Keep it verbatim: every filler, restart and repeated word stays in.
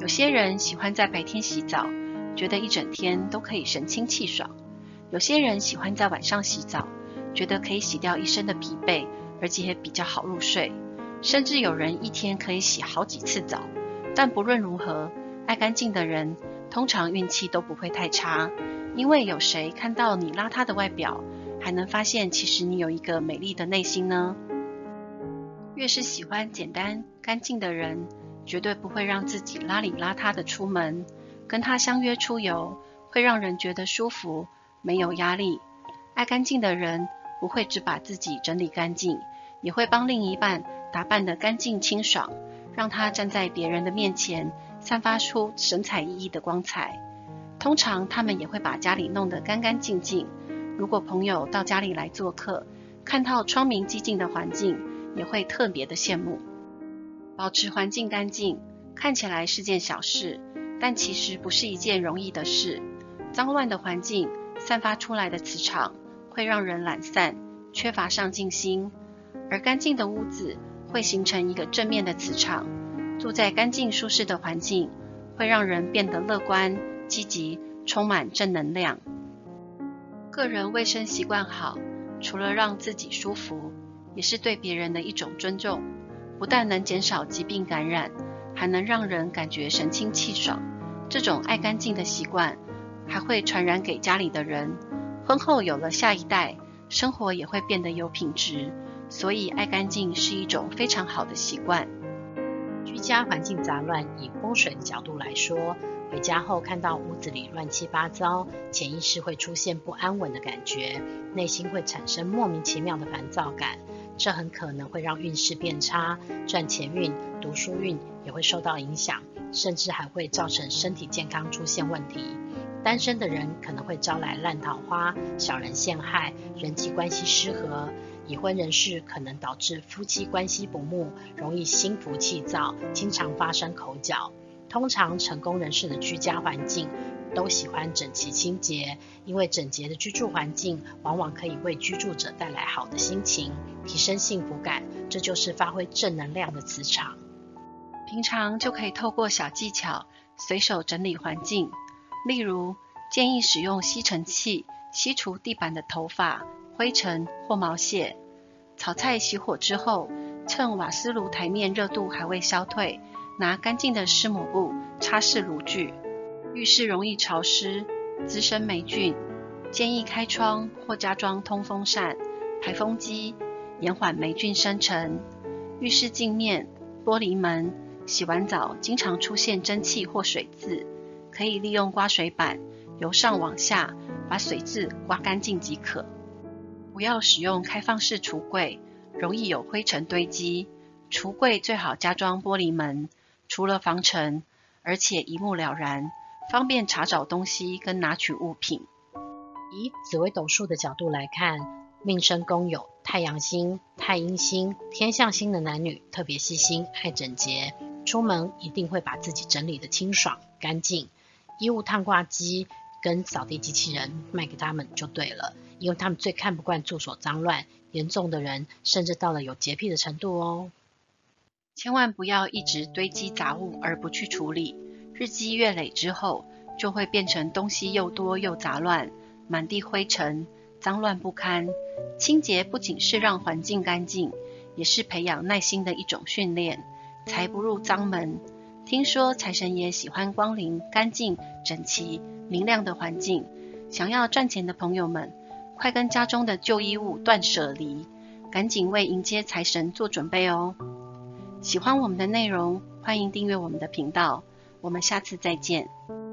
有些人喜欢在白天洗澡，觉得一整天都可以神清气爽；有些人喜欢在晚上洗澡，觉得可以洗掉一身的疲惫，而且比较好入睡。甚至有人一天可以洗好几次澡。但不论如何，爱干净的人通常运气都不会太差，因为有谁看到你邋遢的外表，还能发现其实你有一个美丽的内心呢？越是喜欢简单干净的人，绝对不会让自己邋里邋遢的出门。跟他相约出游，会让人觉得舒服，没有压力。爱干净的人不会只把自己整理干净，也会帮另一半打扮得干净清爽，让他站在别人的面前，散发出神采奕奕的光彩。通常他们也会把家里弄得干干净净。如果朋友到家里来做客，看到窗明几净的环境，也会特别的羡慕。保持环境干净，看起来是件小事，但其实不是一件容易的事。脏乱的环境散发出来的磁场，会让人懒散，缺乏上进心。而干净的屋子会形成一个正面的磁场，住在干净舒适的环境，会让人变得乐观、积极，充满正能量。个人卫生习惯好，除了让自己舒服，也是对别人的一种尊重。不但能减少疾病感染，还能让人感觉神清气爽。这种爱干净的习惯，还会传染给家里的人。婚后有了下一代，生活也会变得有品质。所以爱干净是一种非常好的习惯。 居家环境杂乱，以风水的角度来说，回家后看到屋子里乱七八糟，潜意识会出现不安稳的感觉，内心会产生莫名其妙的烦躁感。这很可能会让运势变差，赚钱运、读书运也会受到影响，甚至还会造成身体健康出现问题。单身的人可能会招来烂桃花、小人陷害、人际关系失和。已婚人士可能导致夫妻关系不睦，容易心浮气躁，经常发生口角。通常成功人士的居家环境都喜欢整齐清洁，因为整洁的居住环境往往可以为居住者带来好的心情，提升幸福感，这就是发挥正能量的磁场。 平常就可以透过小技巧随手整理环境，例如建议使用吸尘器吸除地板的头发、灰尘或毛屑。炒菜熄火之后，趁瓦斯炉台面热度还未消退，拿干净的湿抹布擦拭炉具。浴室容易潮湿，滋生霉菌，建议开窗或加装通风扇、排风机，延缓霉菌生成。浴室镜面、玻璃门，洗完澡经常出现蒸汽或水渍，可以利用刮水板由上往下把水渍刮干净即可。不要使用开放式橱柜，容易有灰尘堆积。橱柜最好加装玻璃门，除了防尘，而且一目了然，方便查找东西跟拿取物品。 以紫微斗数的角度来看，命生宫有太阳星、太阴星、天象星的男女特别细心、爱整洁，出门一定会把自己整理得清爽干净。衣物烫挂机跟扫地机器人卖给他们就对了，因为他们最看不惯住所脏乱，严重的人甚至到了有洁癖的程度哦。 千万不要一直堆积杂物而不去处理，日积月累之后，就会变成东西又多又杂乱，满地灰尘，脏乱不堪。清洁不仅是让环境干净，也是培养耐心的一种训练。财不入脏门。听说财神爷喜欢光临干净、整齐、明亮的环境。想要赚钱的朋友们，快跟家中的旧衣物断舍离，赶紧为迎接财神做准备哦。喜欢我们的内容，欢迎订阅我们的频道，我们下次再见。